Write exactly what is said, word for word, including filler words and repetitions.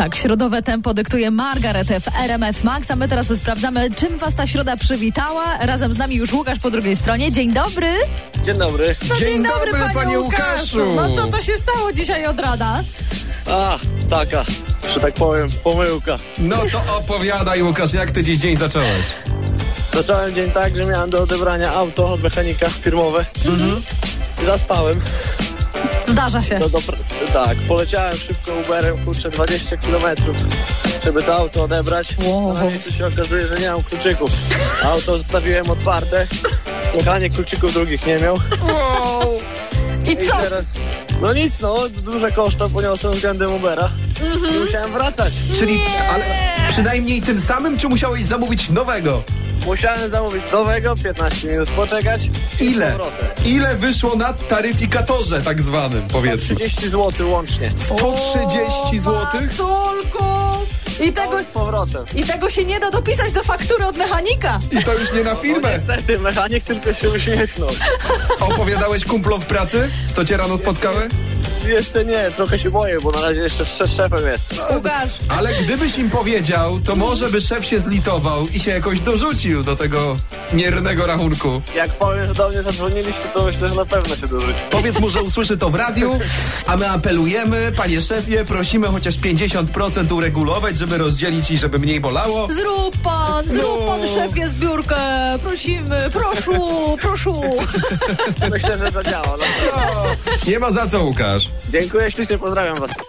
Tak, środowe tempo dyktuje Margaret w R M F Max, a my teraz sprawdzamy, czym was ta środa przywitała. Razem z nami już Łukasz po drugiej stronie. Dzień dobry. Dzień dobry. No, dzień, dzień dobry, dobry, panie, panie Łukaszu. Łukaszu. No co to się stało dzisiaj od rana? A, taka, że tak powiem, pomyłka. No to opowiadaj, Łukasz, jak ty dziś dzień zacząłeś? Zacząłem dzień tak, że miałem do odebrania auto od mechanika firmowe. Mhm. I zaspałem. Zdarza się. No do, tak, poleciałem szybko Uberem, kurczę, dwadzieścia kilometrów, żeby to auto odebrać. Wow. Na miejscu się okazuje, że nie mam kluczyków. Auto zostawiłem otwarte. Mechanik kluczyków drugich nie miał. Wow. I I co? teraz, no nic, no, duże koszta poniosłem względem Ubera. I musiałem wracać. Czyli, Nie. ale przynajmniej tym samym, czy musiałeś zamówić nowego? Musiałem zamówić nowego, piętnaście minut poczekać. I z Ile? powrotem. Ile wyszło na taryfikatorze tak zwanym, powiedzmy? trzydzieści złotych łącznie. sto trzydzieści złotych? Matulku! I tego, No, z powrotem. I tego się nie da dopisać do faktury od mechanika. I to już nie na No filmę. niestety, mechanik tylko się uśmiechnął. Opowiadałeś kumplom w pracy, co cię rano spotkały? Jeszcze nie, trochę się boję, bo na razie jeszcze z szefem jest. Łukasz. Ale gdybyś im powiedział, to może by szef się zlitował i się jakoś dorzucił do tego miernego rachunku. Jak powiem, że do mnie zadzwoniliście, to myślę, że na pewno się dorzuci. Powiedz mu, że usłyszy to w radiu, a my apelujemy, panie szefie, prosimy chociaż pięćdziesiąt procent uregulować, żeby rozdzielić i żeby mniej bolało. Zrób pan, zrób No. pan szefie zbiórkę. Prosimy, proszę, proszę. Myślę, że zadziała. No. No, nie ma za co, Łukasz. Dziękuję ślicznie, pozdrawiam was.